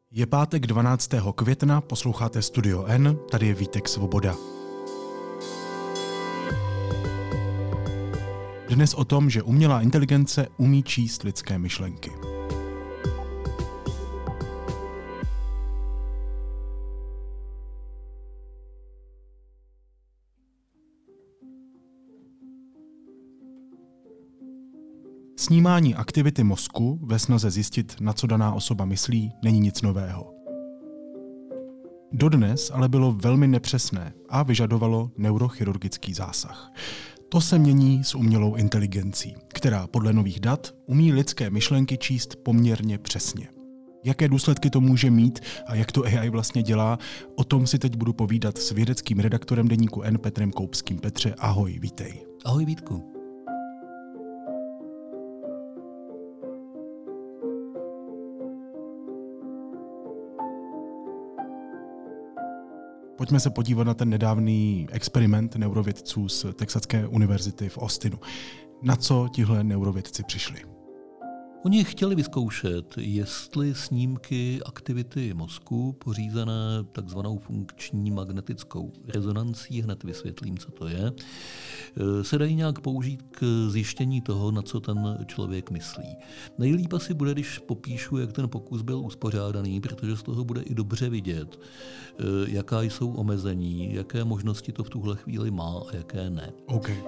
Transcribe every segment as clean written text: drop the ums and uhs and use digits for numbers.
Je pátek 12. května, posloucháte Studio N, tady je Vítek Svoboda. Dnes o tom, že umělá inteligence umí číst lidské myšlenky. Snímání aktivity mozku ve snaze zjistit, na co daná osoba myslí, není nic nového. Dodnes ale bylo velmi nepřesné a vyžadovalo neurochirurgický zásah. To se mění s umělou inteligencí, která podle nových dat umí lidské myšlenky číst poměrně přesně. Jaké důsledky to může mít a jak to AI vlastně dělá, o tom si teď budu povídat s vědeckým redaktorem deníku N Petrem Koupským. Petře, ahoj, vítej. Ahoj, Vítku. Pojďme se podívat na ten nedávný experiment neurovědců z Texaské univerzity v Austinu. Na co tihle neurovědci přišli? Oni chtěli vyzkoušet, jestli snímky aktivity mozku pořízené takzvanou funkční magnetickou rezonancí, hned vysvětlím, co to je, se dají nějak použít k zjištění toho, na co ten člověk myslí. Nejlíp asi bude, když popíšu, jak ten pokus byl uspořádaný, protože z toho bude i dobře vidět, jaká jsou omezení, jaké možnosti to v tuhle chvíli má a jaké ne. Okay.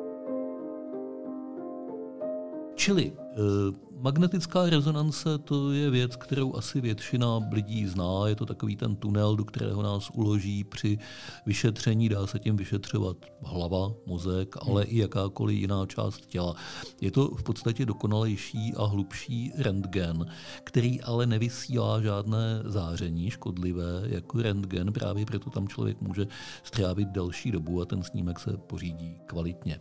Čili magnetická rezonance, to je věc, kterou asi většina lidí zná. Je to takový ten tunel, do kterého nás uloží při vyšetření. Dá se tím vyšetřovat hlava, mozek, ale i jakákoliv jiná část těla. Je to v podstatě dokonalejší a hlubší rentgen, který ale nevysílá žádné záření škodlivé jako rentgen. Právě proto tam člověk může strávit delší dobu a ten snímek se pořídí kvalitně.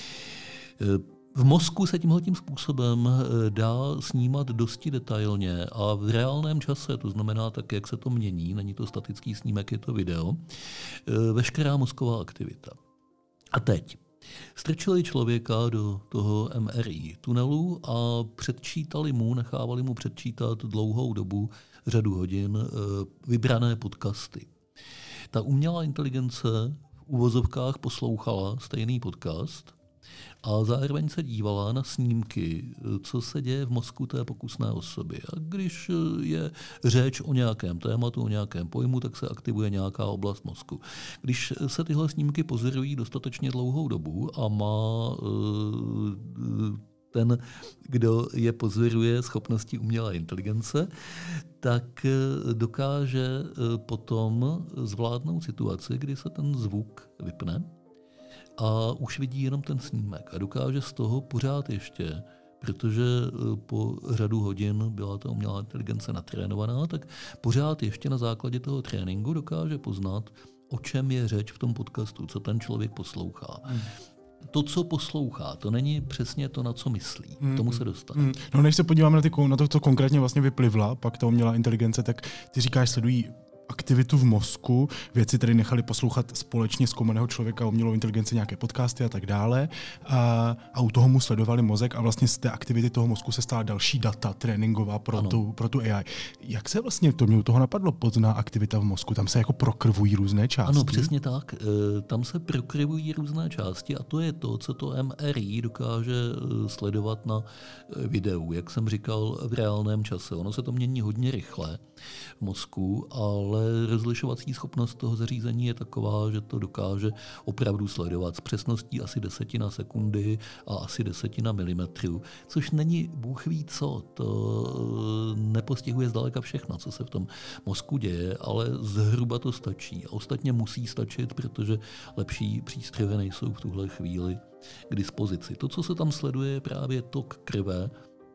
V mozku se tímhletím způsobem dá snímat dosti detailně a v reálném čase, to znamená tak, jak se to mění, není to statický snímek, je to video, veškerá mozková aktivita. A teď strčili člověka do toho MRI tunelu a nechávali mu předčítat dlouhou dobu, řadu hodin, vybrané podcasty. Ta umělá inteligence v uvozovkách poslouchala stejný podcast a zároveň se dívala na snímky, co se děje v mozku té pokusné osoby. A když je řeč o nějakém tématu, o nějakém pojmu, tak se aktivuje nějaká oblast mozku. Když se tyhle snímky pozorují dostatečně dlouhou dobu a má ten, kdo je pozoruje, schopnosti umělé inteligence, tak dokáže potom zvládnout situaci, kdy se ten zvuk vypne a už vidí jenom ten snímek a dokáže z toho pořád ještě, protože po řadu hodin byla ta umělá inteligence natrénovaná, tak pořád ještě na základě toho tréninku dokáže poznat, o čem je řeč v tom podcastu, co ten člověk poslouchá. To, co poslouchá, to není přesně to, na co myslí. K tomu se dostane. No, než se podíváme na to, co konkrétně vlastně vyplivla, pak ta umělá inteligence, tak ty říkáš, sledují aktivitu v mozku, věci tedy nechali poslouchat společně zkoumaného člověka umělou inteligenci nějaké podcasty a tak dále a u toho mu sledovali mozek a vlastně z té aktivity toho mozku se stala další data tréninková pro tu AI. Jak se vlastně to mě u toho napadlo, pozná aktivita v mozku? Tam se jako prokrvují různé části? Ano, přesně tak. Tam se prokrvují různé části a to je to, co to MRI dokáže sledovat na videu, jak jsem říkal, v reálném čase. Ono se to mění hodně rychle v mozku, ale rozlišovací schopnost toho zařízení je taková, že to dokáže opravdu sledovat s přesností asi 1/10 sekundy a asi 1/10 milimetru, což není bůh ví co. To nepostihuje zdaleka všechno, co se v tom mozku děje, ale zhruba to stačí. A ostatně musí stačit, protože lepší přístroje nejsou v tuhle chvíli k dispozici. To, co se tam sleduje, je právě tok krve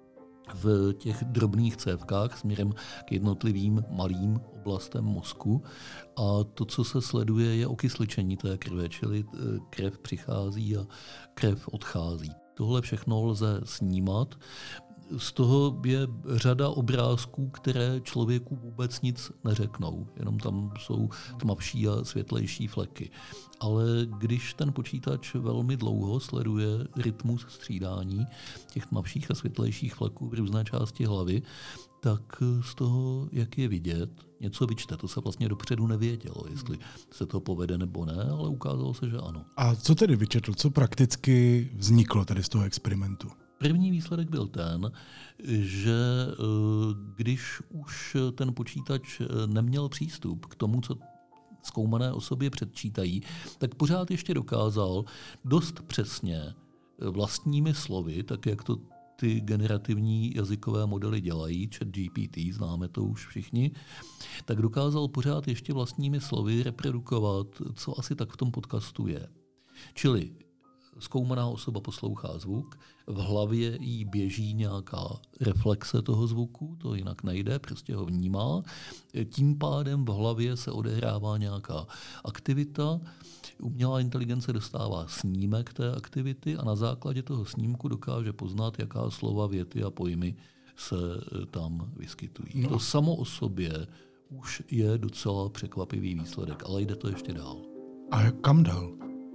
v těch drobných cévkách směrem k jednotlivým malým oblastem mozku. A to, co se sleduje, je okysličení té krve, čili krev přichází a krev odchází. Tohle všechno lze snímat. Z toho je řada obrázků, které člověku vůbec nic neřeknou, jenom tam jsou tmavší a světlejší fleky. Ale když ten počítač velmi dlouho sleduje rytmus střídání těch tmavších a světlejších fleků v různé části hlavy, tak z toho, jak je vidět, něco vyčte. To se vlastně dopředu nevědělo, jestli se to povede nebo ne, ale ukázalo se, že ano. A co tedy vyčetl? Co prakticky vzniklo tedy z toho experimentu? První výsledek byl ten, že když už ten počítač neměl přístup k tomu, co zkoumané osobě předčítají, tak pořád ještě dokázal dost přesně vlastními slovy, tak jak to ty generativní jazykové modely dělají, ChatGPT, známe to už všichni, tak dokázal pořád ještě vlastními slovy reprodukovat, co asi tak v tom podcastu je. Čili zkoumaná osoba poslouchá zvuk, v hlavě jí běží nějaká reflexe toho zvuku, to jinak nejde, prostě ho vnímá. Tím pádem v hlavě se odehrává nějaká aktivita, umělá inteligence dostává snímek té aktivity a na základě toho snímku dokáže poznat, jaká slova, věty a pojmy se tam vyskytují. No. To samo o sobě už je docela překvapivý výsledek, ale jde to ještě dál. A kam dál?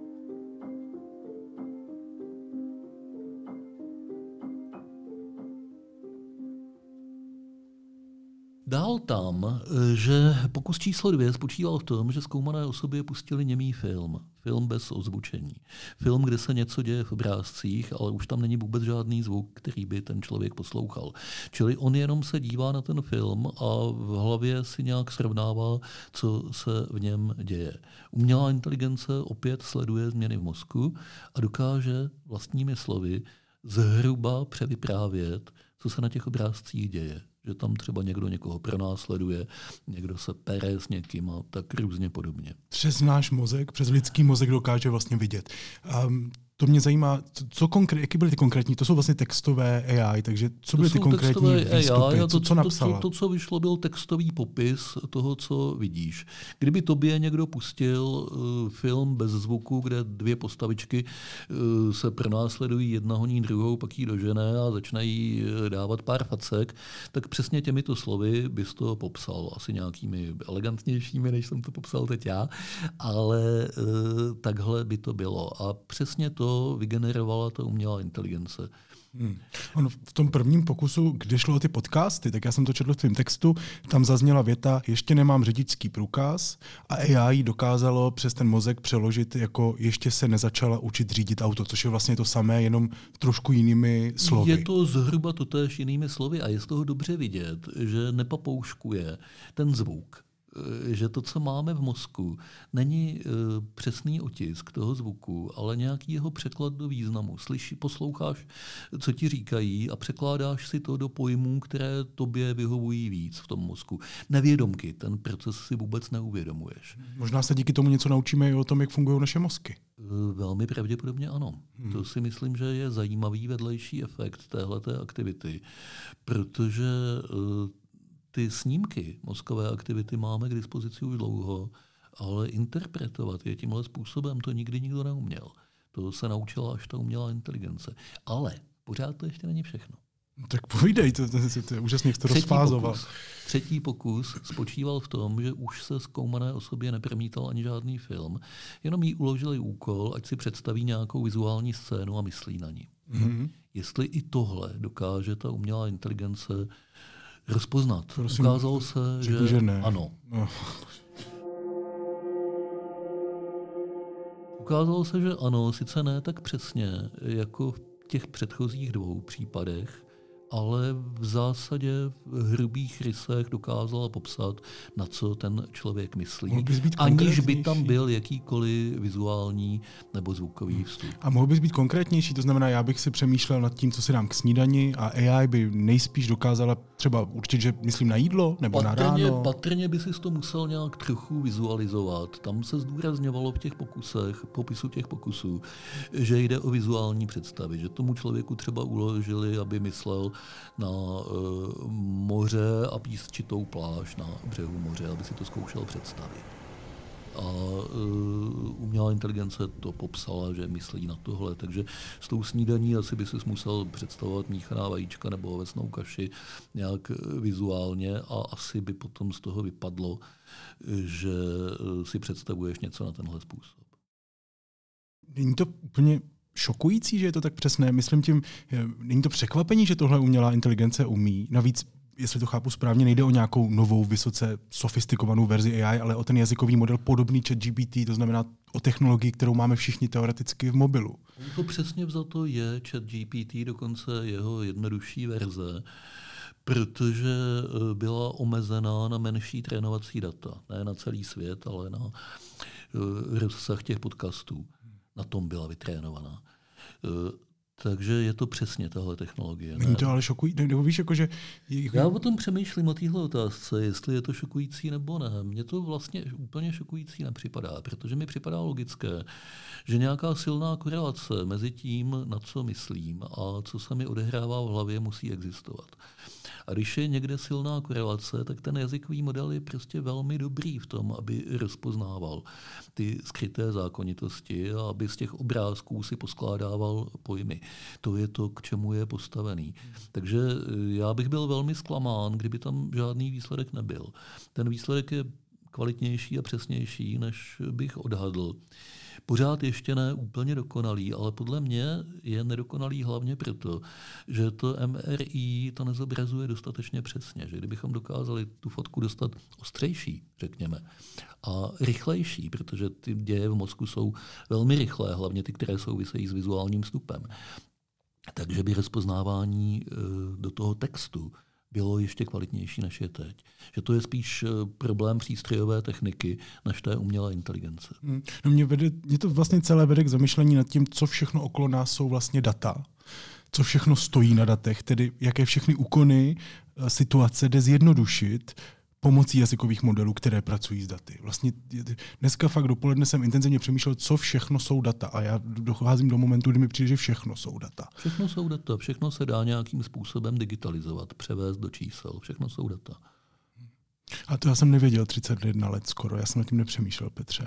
Dál tam, že pokus číslo 2 spočíval v tom, že zkoumané osobě pustili němý film. Film bez ozvučení. Film, kde se něco děje v obrázcích, ale už tam není vůbec žádný zvuk, který by ten člověk poslouchal. Čili on jenom se dívá na ten film a v hlavě si nějak srovnává, co se v něm děje. Umělá inteligence opět sleduje změny v mozku a dokáže vlastními slovy zhruba převyprávět, co se na těch obrázcích děje. Že tam třeba někdo někoho pronásleduje, někdo se pere s někým a tak různě podobně. Přes náš mozek, přes lidský mozek dokáže vlastně vidět. To mě zajímá, jaký byly ty konkrétní, to jsou vlastně textové AI, takže co byly ty konkrétní výstupy, co napsala? To, co vyšlo, byl textový popis toho, co vidíš. Kdyby tobě někdo pustil film bez zvuku, kde dvě postavičky se pronásledují, jedna honí druhou, pak jí dožene a začne jí dávat pár facek, tak přesně těmito slovy bys to popsal. Asi nějakými elegantnějšími, než jsem to popsal teď já, ale takhle by to bylo. A přesně to vygenerovala ta umělá inteligence. Ono v tom prvním pokusu, kde šlo o ty podcasty, tak já jsem to četl v tvém textu, tam zazněla věta, ještě nemám řidičský průkaz a AI dokázalo přes ten mozek přeložit, jako ještě se nezačala učit řídit auto, což je vlastně to samé, jenom trošku jinými slovy. Je to zhruba totéž jinými slovy a je z toho dobře vidět, že nepapouškuje ten zvuk. Že to, co máme v mozku, není přesný otisk toho zvuku, ale nějaký jeho překlad do významu. Posloucháš, co ti říkají a překládáš si to do pojmů, které tobě vyhovují víc v tom mozku. Nevědomky, ten proces si vůbec neuvědomuješ. Možná se díky tomu něco naučíme i o tom, jak fungují naše mozky. Velmi pravděpodobně ano. To si myslím, že je zajímavý vedlejší efekt téhleté aktivity, protože ty snímky mozkové aktivity máme k dispozici už dlouho, ale interpretovat je tímhle způsobem to nikdy nikdo neuměl. To se naučila až ta umělá inteligence. Ale pořád to ještě není všechno. Tak povídej, to je úžasně, jak to rozfázoval. Třetí pokus spočíval v tom, že už se zkoumané osobě nepromítal ani žádný film, jenom jí uložili úkol, ať si představí nějakou vizuální scénu a myslí na ní. Mm-hmm. Jestli i tohle dokáže ta umělá inteligence rozpoznat. Prosím, ukázalo se, že ne. Ano. Ukázalo se, že ano, sice ne tak přesně, jako v těch předchozích dvou případech, ale v zásadě v hrubých rysech dokázala popsat, na co ten člověk myslí, aniž by tam byl jakýkoliv vizuální nebo zvukový vstup. A mohl bys být konkrétnější? To znamená, já bych si přemýšlel nad tím, co si dám k snídani a AI by nejspíš dokázala třeba určit, že myslím na jídlo nebo na ráno? Patrně by si to musel nějak trochu vizualizovat. Tam se zdůrazňovalo v těch popisu těch pokusů, že jde o vizuální představy, že tomu člověku třeba uložili, aby myslel na moře a písčitou pláž na břehu moře, aby si to zkoušel představit. A umělá inteligence to popsala, že myslí na tohle, takže s tou snídaní asi by si musel představovat míchaná vajíčka nebo ovesnou kaši nějak vizuálně a asi by potom z toho vypadlo, že si představuješ něco na tenhle způsob. Není to úplně šokující, že je to tak přesné? Myslím tím, není to překvapení, že tohle umělá inteligence umí. Navíc jestli to chápu správně, nejde o nějakou novou, vysoce sofistikovanou verzi AI, ale o ten jazykový model podobný ChatGPT, to znamená o technologii, kterou máme všichni teoreticky v mobilu. To přesně vzato je ChatGPT, dokonce jeho jednodušší verze, protože byla omezená na menší trénovací data. Ne na celý svět, ale na rozsah těch podcastů. Na tom byla vytrénovaná. Takže je to přesně tahle technologie. Není to ale šokující, nebo víš, jakože... Já o tom přemýšlím, o téhle otázce, jestli je to šokující nebo ne. Mně to vlastně úplně šokující nepřipadá, protože mi připadá logické, že nějaká silná korelace mezi tím, na co myslím a co se mi odehrává v hlavě, musí existovat. A když je někde silná korelace, tak ten jazykový model je prostě velmi dobrý v tom, aby rozpoznával ty skryté zákonitosti a aby z těch obrázků si poskládával pojmy. To je to, k čemu je postavený. Takže já bych byl velmi zklamán, kdyby tam žádný výsledek nebyl. Ten výsledek je kvalitnější a přesnější, než bych odhadl. Pořád ještě ne úplně dokonalý, ale podle mě je nedokonalý hlavně proto, že to MRI to nezobrazuje dostatečně přesně. Že kdybychom dokázali tu fotku dostat ostřejší, řekněme, a rychlejší, protože ty děje v mozku jsou velmi rychlé, hlavně ty, které souvisejí s vizuálním vstupem, takže by rozpoznávání do toho textu bylo ještě kvalitnější, než je teď. Že to je spíš problém přístrojové techniky, než té umělé inteligence. No mě to vlastně celé vede k zamyšlení nad tím, co všechno okolo nás jsou vlastně data. Co všechno stojí na datech, tedy jaké všechny úkony, situace jde zjednodušit pomocí jazykových modelů, které pracují s daty. Vlastně dneska fakt dopoledne jsem intenzivně přemýšlel, co všechno jsou data. A já docházím do momentu, kdy mi přijde, že všechno jsou data. Všechno jsou data, všechno se dá nějakým způsobem digitalizovat, převést do čísel. Všechno jsou data. A to já jsem nevěděl 31 let skoro, já jsem nad tím nepřemýšlel, Petře.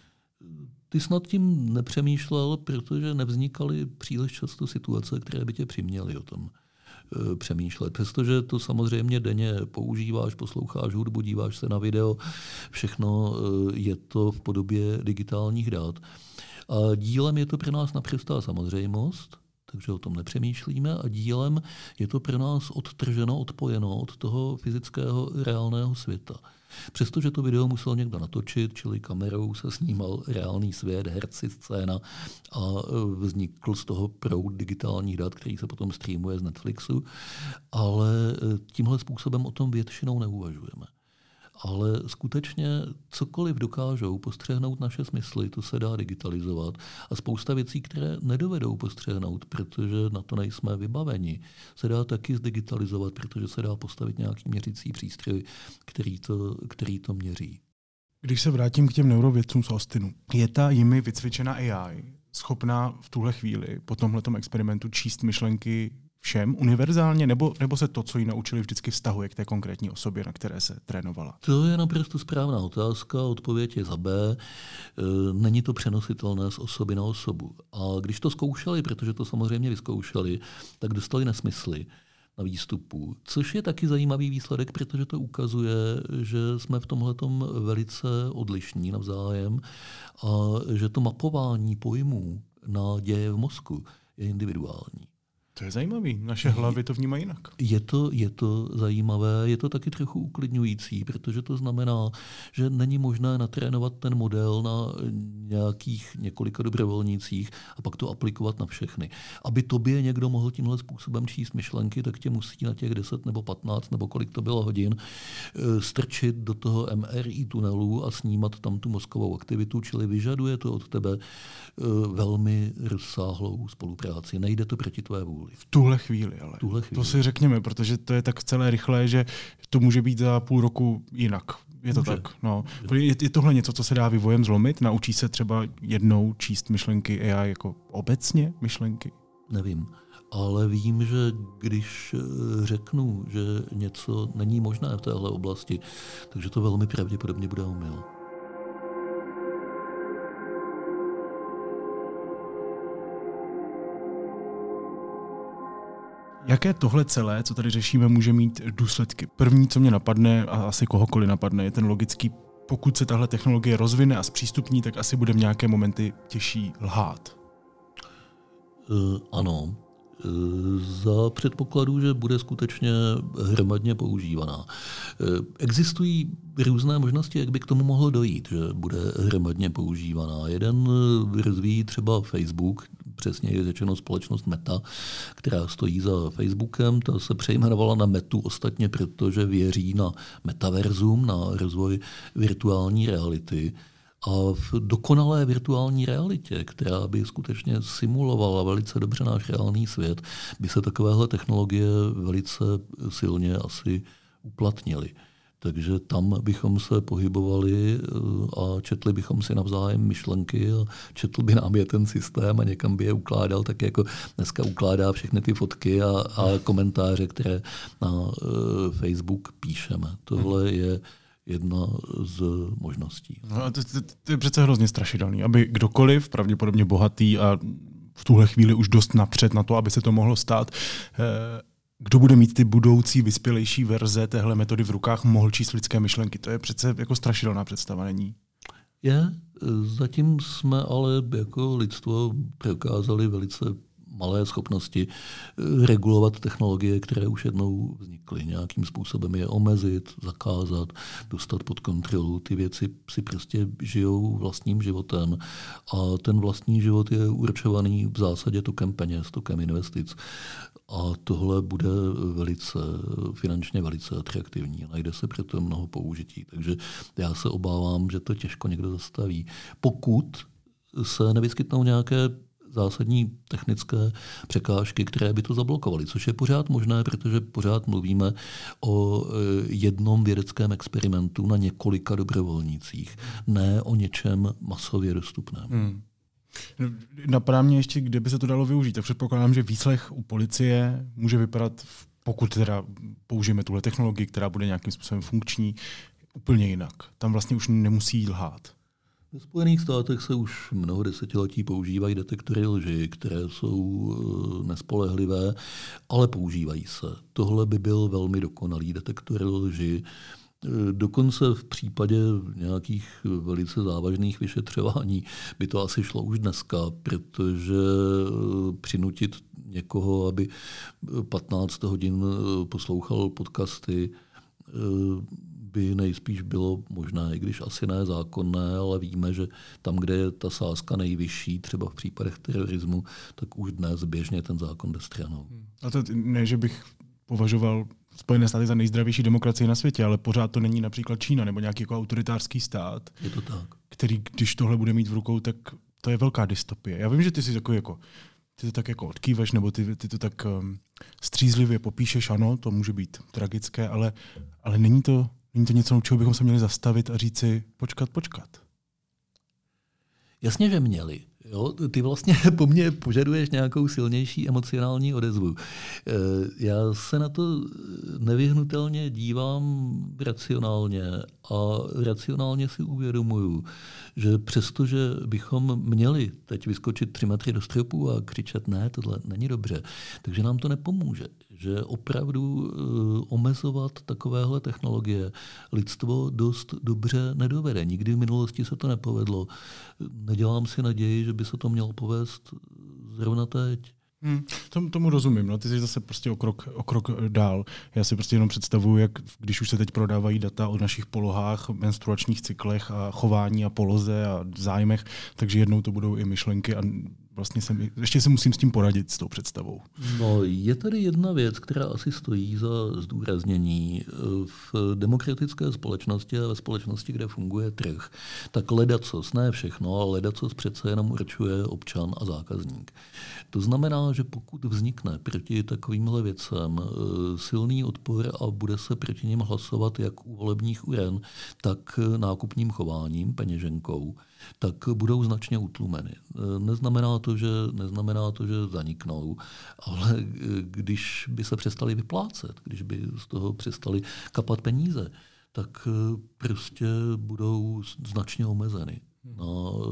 Ty jsi nad tím nepřemýšlel, protože nevznikaly příliš často situace, které by tě přiměly o tom přemýšlet. Přestože to samozřejmě denně používáš, posloucháš hudbu, díváš se na video, všechno je to v podobě digitálních dat. A dílem je to pro nás naprostá samozřejmost, takže o tom nepřemýšlíme, a dílem je to pro nás odtrženo, odpojeno od toho fyzického reálného světa. Přestože to video musel někdo natočit, čili kamerou se snímal reálný svět, herci, scéna a vznikl z toho proud digitálních dat, který se potom streamuje z Netflixu, ale tímhle způsobem o tom většinou neuvažujeme. Ale skutečně cokoliv dokážou postřehnout naše smysly, to se dá digitalizovat. A spousta věcí, které nedovedou postřehnout, protože na to nejsme vybaveni, se dá taky zdigitalizovat, protože se dá postavit nějaký měřící přístroj, který to měří. Když se vrátím k těm neurovědcům z Austinu, je ta jimi vycvičená AI schopná v tuhle chvíli po tomhletom experimentu číst myšlenky všem univerzálně, nebo se to, co ji naučili, vždycky vztahuje k té konkrétní osobě, na které se trénovala? To je naprosto správná otázka, odpověď je za B. Není to přenositelné z osoby na osobu. A když to zkoušeli, protože to samozřejmě vyzkoušeli, tak dostali nesmysly na výstupu, což je taky zajímavý výsledek, protože to ukazuje, že jsme v tomhletom velice odlišní navzájem a že to mapování pojmů na děje v mozku je individuální. To je zajímavý. Naše hlavy to vnímají jinak. Je to zajímavé, je to taky trochu uklidňující, protože to znamená, že není možné natrénovat ten model na nějakých několika dobrovolnících a pak to aplikovat na všechny. Aby tobě někdo mohl tímhle způsobem číst myšlenky, tak tě musí na těch 10 nebo 15 nebo kolik to bylo hodin strčit do toho MRI tunelu a snímat tam tu mozkovou aktivitu, čili vyžaduje to od tebe velmi rozsáhlou spolupráci. Nejde to proti tvé vůli. V tuhle chvíli, ale. To si řekněme, protože to je tak celé rychlé, že to může být za půl roku jinak. Je to může. Tak. No. Je tohle něco, co se dá vývojem zlomit? Naučí se třeba jednou číst myšlenky AI jako obecně myšlenky? Nevím. Ale vím, že když řeknu, že něco není možné v téhle oblasti, takže to velmi pravděpodobně bude omyl. Jaké tohle celé, co tady řešíme, může mít důsledky? První, co mě napadne, a asi kohokoliv napadne, je ten logický, pokud se tahle technologie rozvine a zpřístupní, tak asi bude v nějaké momenty těžší lhát. Ano. za předpokladu, že bude skutečně hromadně používaná. Existují různé možnosti, jak by k tomu mohlo dojít, že bude hromadně používaná. Jeden rozvíjí třeba Facebook, přesně je řečeno společnost Meta, která stojí za Facebookem. Ta se přejmenovala na Metu ostatně, protože věří na metaverzum, na rozvoj virtuální reality. A v dokonalé virtuální realitě, která by skutečně simulovala velice dobře náš reálný svět, by se takovéhle technologie velice silně asi uplatnily. Takže tam bychom se pohybovali a četli bychom si navzájem myšlenky a četl by nám je ten systém a někam by je ukládal, tak jako dneska ukládá všechny ty fotky a komentáře, které na Facebook píšeme. Tohle je jedna z možností. No, to je přece hrozně strašidelný, aby kdokoliv, pravděpodobně bohatý a v tuhle chvíli už dost napřed na to, aby se to mohlo stát, kdo bude mít ty budoucí vyspělejší verze téhle metody v rukách, mohl číst lidské myšlenky. To je přece jako strašidelná představa, není? Zatím jsme ale jako lidstvo prokázali velice malé schopnosti regulovat technologie, které už jednou vznikly. Nějakým způsobem je omezit, zakázat, dostat pod kontrolu. Ty věci si prostě žijou vlastním životem a ten vlastní život je určovaný v zásadě tokem peněz, tokem investic. A tohle bude finančně velice atraktivní. Najde se proto mnoho použití. Takže já se obávám, že to těžko někdo zastaví. Pokud se nevyskytnou nějaké zásadní technické překážky, které by to zablokovaly, což je pořád možné, protože pořád mluvíme o jednom vědeckém experimentu na několika dobrovolnících, ne o něčem masově dostupném. Napadá mě ještě, kde by se to dalo využít. Tak předpokládám, že výslech u policie může vypadat, pokud teda použijeme tuhle technologii, která bude nějakým způsobem funkční, úplně jinak. Tam vlastně už nemusí lhát. Ve Spojených státech se už mnoho desetiletí používají detektory lži, které jsou nespolehlivé, ale používají se. Tohle by byl velmi dokonalý detektor lži. Dokonce v případě nějakých velice závažných vyšetřování by to asi šlo už dneska, protože přinutit někoho, aby 15 hodin poslouchal podcasty, by nejspíš bylo možné, i když asi ne zákonné, ale víme, že tam, kde je ta sázka nejvyšší, třeba v případech terorismu, tak už dnes běžně ten zákon jde stranou. A to ne, že bych považoval Spojené státy za nejzdravější demokracii na světě, ale pořád to není například Čína nebo nějaký jako autoritářský stát, je to tak, který, když tohle bude mít v rukou, tak to je velká dystopie. Já vím, že ty si takový jako ty to tak jako odkýveš, nebo ty to tak střízlivě popíšeš, ano, to může být tragické, ale není to něco, čeho bychom se měli zastavit a říct si počkat. Jasně, že měli. Jo? Ty vlastně po mně požaduješ nějakou silnější emocionální odezvu. Já se na to nevyhnutelně dívám racionálně a racionálně si uvědomuju, že přestože bychom měli teď vyskočit 3 metry do stropu a křičet ne, tohle není dobře, takže nám to nepomůže. Že opravdu omezovat takovéhle technologie lidstvo dost dobře nedovede. Nikdy v minulosti se to nepovedlo. Nedělám si naději, že by se to mělo povést zrovna teď. Tomu rozumím. No, ty jsi zase prostě o krok dál. Já si prostě jenom představuju, jak když už se teď prodávají data o našich polohách, menstruačních cyklech a chování a poloze a zájmech, takže jednou to budou i myšlenky a vlastně ještě se musím s tím poradit, s tou představou. No, je tady jedna věc, která asi stojí za zdůraznění. V demokratické společnosti a ve společnosti, kde funguje trh, tak ledacos, ne všechno, ale ledacos přece jenom určuje občan a zákazník. To znamená, že pokud vznikne proti takovýmhle věcem silný odpor a bude se proti nim hlasovat jak u volebních uren, tak nákupním chováním, peněženkou, tak budou značně utlumeny. Neznamená to, že zaniknou, ale když by se přestali vyplácet, když by z toho přestali kapat peníze, tak prostě budou značně omezeny na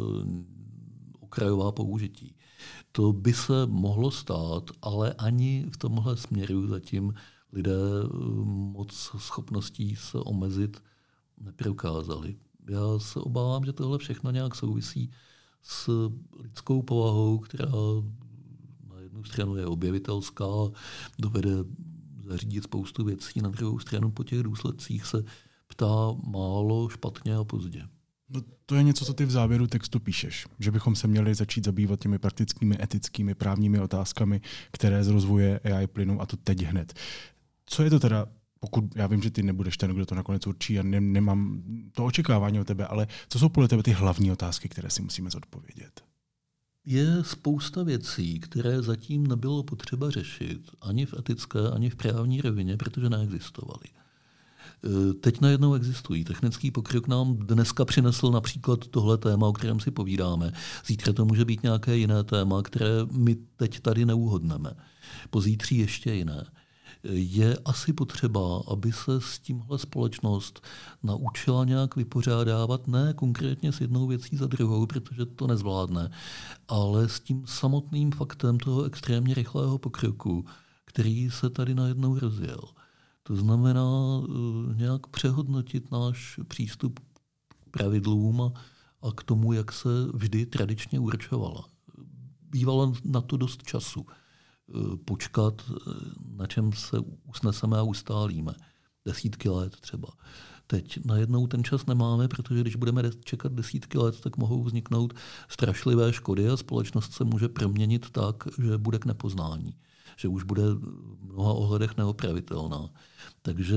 okrajová použití. To by se mohlo stát, ale ani v tomhle směru zatím lidé moc schopností se omezit neprokázali. Já se obávám, že tohle všechno nějak souvisí s lidskou povahou, která jednu stranu je objevitelská, dovede zařídit spoustu věcí, na druhou stranu po těch důsledcích se ptá málo, špatně a pozdě. No, to je něco, co ty v závěru textu píšeš, že bychom se měli začít zabývat těmi praktickými, etickými, právními otázkami, které z rozvoje AI plynou, a to teď hned. Co je to teda, pokud já vím, že ty nebudeš ten, kdo to nakonec určí a nemám to očekávání od tebe, ale co jsou podle tebe ty hlavní otázky, které si musíme zodpovědět? Je spousta věcí, které zatím nebylo potřeba řešit ani v etické, ani v právní rovině, protože neexistovaly. Teď najednou existují. Technický pokrok nám dneska přinesl například tohle téma, o kterém si povídáme. Zítra to může být nějaké jiné téma, které my teď tady neuhodneme. Pozítří ještě jiné. Je asi potřeba, aby se s tímhle společnost naučila nějak vypořádávat, ne konkrétně s jednou věcí za druhou, protože to nezvládne, ale s tím samotným faktem toho extrémně rychlého pokroku, který se tady najednou rozjel. To znamená nějak přehodnotit náš přístup k pravidlům a k tomu, jak se vždy tradičně určovala. Bývalo na to dost času. Počkat, na čem se usneseme a ustálíme. Desítky let třeba. Teď najednou ten čas nemáme, protože když budeme čekat desítky let, tak mohou vzniknout strašlivé škody a společnost se může proměnit tak, že bude k nepoznání. Že už bude v mnoha ohledech neopravitelná. Takže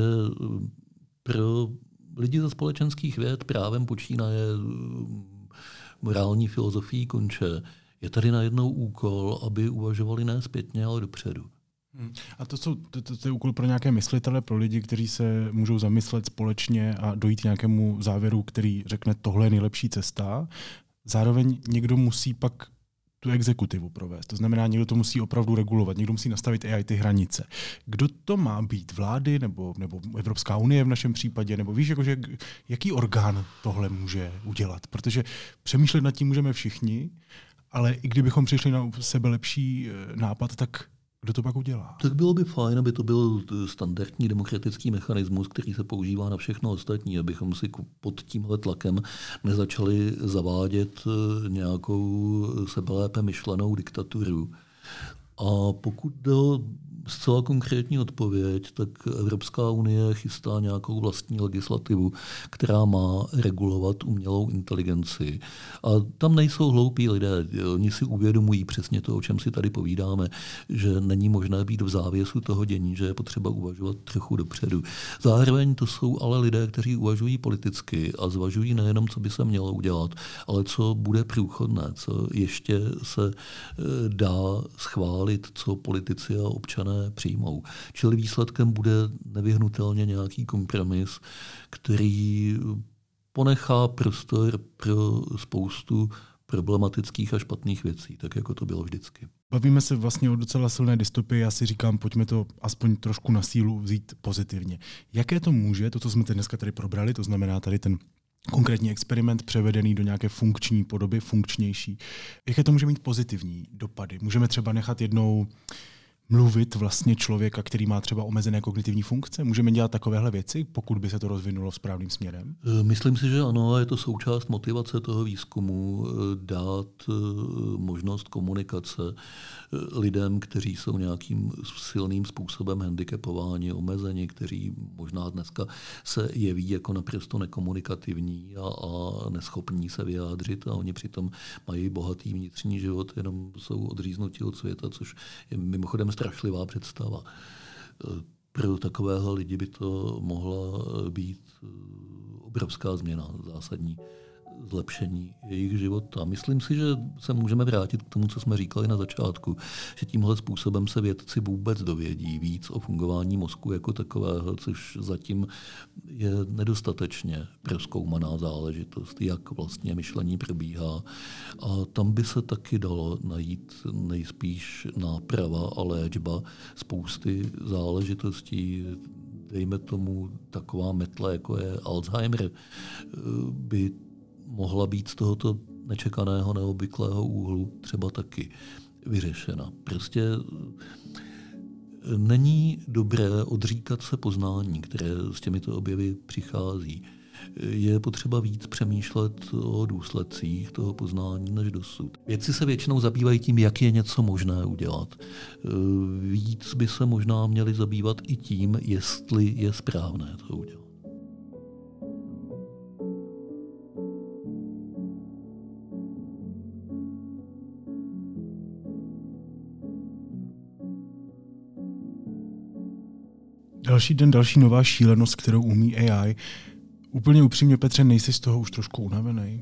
pro lidi ze společenských věd právem počínaje morální filozofií konče, je tady najednou úkol, aby uvažovali ne zpětně, ale dopředu. A to je úkol pro nějaké myslitele, pro lidi, kteří se můžou zamyslet společně a dojít k nějakému závěru, který řekne, tohle je nejlepší cesta. Zároveň někdo musí pak tu exekutivu provést. To znamená, někdo to musí opravdu regulovat, někdo musí nastavit AI ty hranice. Kdo to má být? Vlády nebo Evropská unie v našem případě? Nebo víš, jakože, jaký orgán tohle může udělat? Protože přemýšlet nad tím můžeme všichni, ale i kdybychom přišli na sebe lepší nápad, tak kdo to pak udělá? Tak bylo by fajn, aby to byl standardní demokratický mechanismus, který se používá na všechno ostatní, abychom si pod tímhle tlakem nezačali zavádět nějakou sebelépe myšlenou diktaturu. A pokud jde o zcela konkrétní odpověď, tak Evropská unie chystá nějakou vlastní legislativu, která má regulovat umělou inteligenci. A tam nejsou hloupí lidé. Oni si uvědomují přesně to, o čem si tady povídáme, že není možné být v závěsu toho dění, že je potřeba uvažovat trochu dopředu. Zároveň to jsou ale lidé, kteří uvažují politicky a zvažují nejenom, co by se mělo udělat, ale co bude průchodné, co ještě se dá schválit, co politici a občané přijmou. Čili výsledkem bude nevyhnutelně nějaký kompromis, který ponechá prostor pro spoustu problematických a špatných věcí, tak jako to bylo vždycky. Bavíme se vlastně o docela silné dystopii, já si říkám, pojďme to aspoň trošku na sílu vzít pozitivně. Jaké to může, to, co jsme dneska tady probrali, to znamená tady ten konkrétní experiment převedený do nějaké funkční podoby, funkčnější, jaké to může mít pozitivní dopady? Můžeme třeba nechat jednou mluvit vlastně člověka, který má třeba omezené kognitivní funkce? Můžeme dělat takovéhle věci, pokud by se to rozvinulo správným směrem? Myslím si, že ano, je to součást motivace toho výzkumu dát možnost komunikace lidem, kteří jsou nějakým silným způsobem handicapováni, omezeni, kteří možná dneska se jeví jako naprosto nekomunikativní a neschopní se vyjádřit a oni přitom mají bohatý vnitřní život, jenom jsou odříznuti od světa, což je mimochodem strašlivá představa. Pro takového lidi by to mohla být obrovská změna, zásadní zlepšení jejich života. Myslím si, že se můžeme vrátit k tomu, co jsme říkali na začátku, že tímhle způsobem se vědci vůbec dovědí víc o fungování mozku jako takového, což zatím je nedostatečně prozkoumaná záležitost, jak vlastně myšlení probíhá. A tam by se taky dalo najít nejspíš náprava a léčba spousty záležitostí. Dejme tomu taková metla, jako je Alzheimer, by mohla být z tohoto nečekaného, neobvyklého úhlu třeba taky vyřešena. Prostě není dobré odříkat se poznání, které s těmito objevy přichází. je potřeba víc přemýšlet o důsledcích toho poznání než dosud. Vědci se většinou zabývají tím, jak je něco možné udělat. Víc by se možná měli zabývat i tím, jestli je správné to udělat. Další den, další nová šílenost, kterou umí AI. Úplně upřímně, Petře, nejsi z toho už trošku unavený?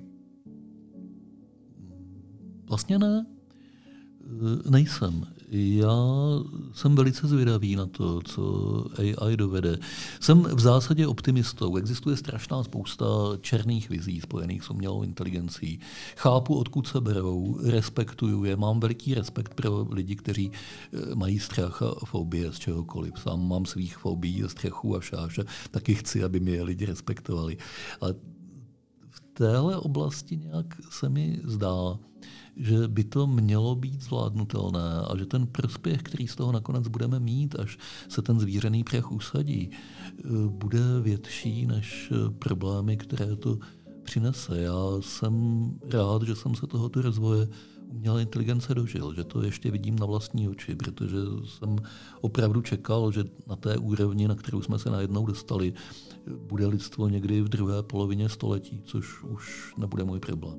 Vlastně ne. Nejsem. Já jsem velice zvědavý na to, co AI dovede. Jsem v zásadě optimistou. Existuje strašná spousta černých vizí spojených s umělou inteligencí. Chápu, odkud se berou, respektuju je. Mám veliký respekt pro lidi, kteří mají strach a fobie z čehokoliv. Sám mám svých fobií a strachů a šáše. Taky chci, aby mě lidi respektovali. Ale v téhle oblasti nějak se mi zdá, že by to mělo být zvládnutelné a že ten prospěch, který z toho nakonec budeme mít, až se ten zvířený prach usadí, bude větší než problémy, které to přinese. Já jsem rád, že jsem se tohoto rozvoje umělé inteligence dožil, že to ještě vidím na vlastní oči, protože jsem opravdu čekal, že na té úrovni, na kterou jsme se najednou dostali, bude lidstvo někdy v druhé polovině století, což už nebude můj problém.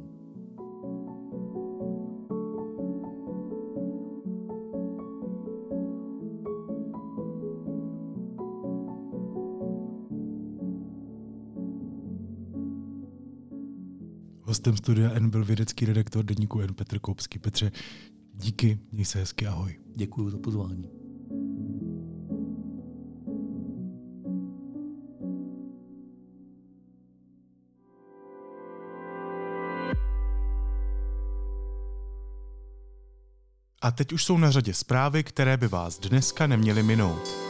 Hostem Studia N byl vědecký redaktor deníku N Petr Koupský. Petře, díky, měj se hezky, ahoj. Děkuji za pozvání. A teď už jsou na řadě zprávy, které by vás dneska neměly minout.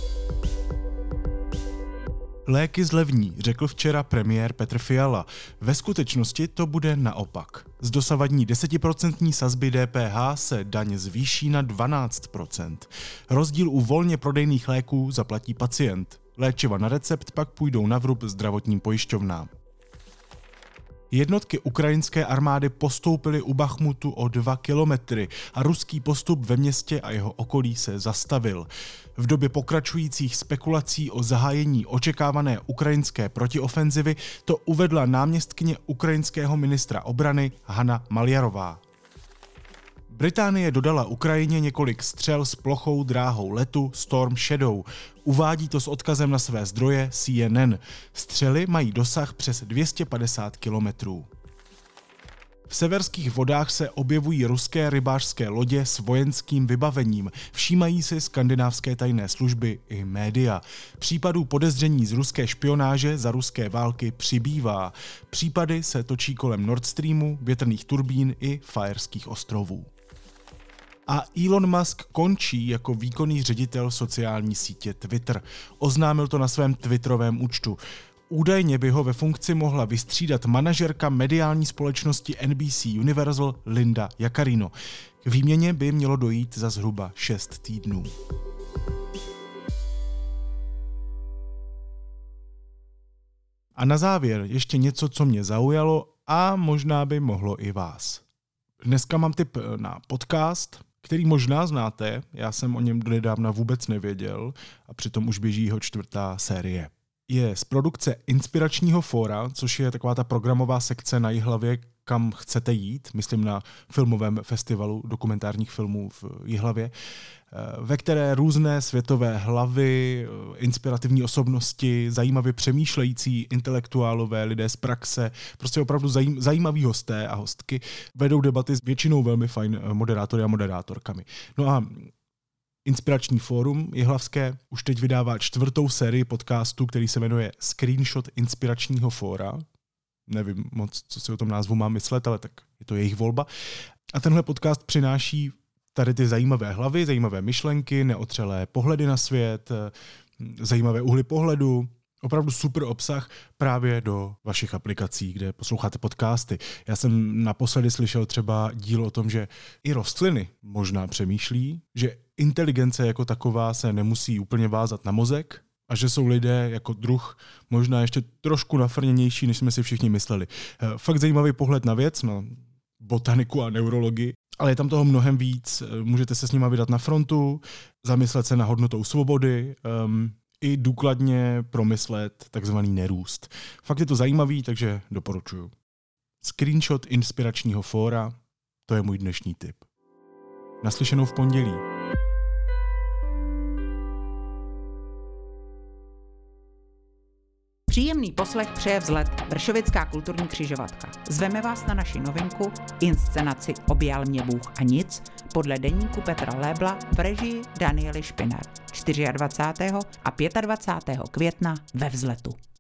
Léky zlevní, řekl včera premiér Petr Fiala. Ve skutečnosti to bude naopak. Z dosavadní 10% sazby DPH se daň zvýší na 12%. Rozdíl u volně prodejných léků zaplatí pacient. Léčiva na recept pak půjdou na vrub zdravotním pojišťovnám. Jednotky ukrajinské armády postoupily u Bachmutu o 2 kilometry a ruský postup ve městě a jeho okolí se zastavil. V době pokračujících spekulací o zahájení očekávané ukrajinské protiofenzivy to uvedla náměstkyně ukrajinského ministra obrany Hana Maljarová. Británie dodala Ukrajině několik střel s plochou dráhou letu Storm Shadow. Uvádí to s odkazem na své zdroje CNN. Střely mají dosah přes 250 kilometrů. V severských vodách se objevují ruské rybářské lodě s vojenským vybavením. Všímají si skandinávské tajné služby i média. Případů podezření z ruské špionáže za ruské války přibývá. Případy se točí kolem Nord Streamu, větrných turbín i Faerských ostrovů. A Elon Musk končí jako výkonný ředitel sociální sítě Twitter. Oznámil to na svém twitterovém účtu. Údajně by ho ve funkci mohla vystřídat manažerka mediální společnosti NBC Universal Linda Yaccarino. K výměně by mělo dojít za zhruba 6 týdnů. A na závěr ještě něco, co mě zaujalo a možná by mohlo i vás. Dneska mám tip na podcast, který možná znáte, já jsem o něm donedávna vůbec nevěděl a přitom už běží jeho 4. série. Je z produkce Inspiračního fóra, což je taková ta programová sekce na Jihlavě, kam chcete jít, myslím na filmovém festivalu dokumentárních filmů v Jihlavě, ve které různé světové hlavy, inspirativní osobnosti, zajímavě přemýšlející intelektuálové, lidé z praxe, prostě opravdu zajímaví hosté a hostky vedou debaty s většinou velmi fajn moderátory a moderátorkami. No a Inspirační fórum jihlavské už teď vydává 4. sérii podcastu, který se jmenuje Screenshot Inspiračního fóra. Nevím moc, co si o tom názvu mám myslet, ale tak je to jejich volba. A tenhle podcast přináší tady ty zajímavé hlavy, zajímavé myšlenky, neotřelé pohledy na svět, zajímavé úhly pohledu, opravdu super obsah právě do vašich aplikací, kde posloucháte podcasty. Já jsem naposledy slyšel třeba díl o tom, že i rostliny možná přemýšlí, že inteligence jako taková se nemusí úplně vázat na mozek, A že jsou lidé jako druh možná ještě trošku nafrněnější, než jsme si všichni mysleli. Fakt zajímavý pohled na věc, na botaniku a neurologii, ale je tam toho mnohem víc. Můžete se s nima vydat na frontu, zamyslet se na hodnotou svobody, i důkladně promyslet takzvaný nerůst. Fakt je to zajímavý, takže doporučuju. Screenshot inspiračního fóra, to je můj dnešní tip. Naslyšenou v pondělí. Příjemný poslech přeje Vzlet, Vršovická kulturní křižovatka. Zveme vás na naši novinku, inscenaci Objal mě Bůh a nic, podle deníku Petra Lébla v režii Daniely Špiner 24. a 25. května ve Vzletu.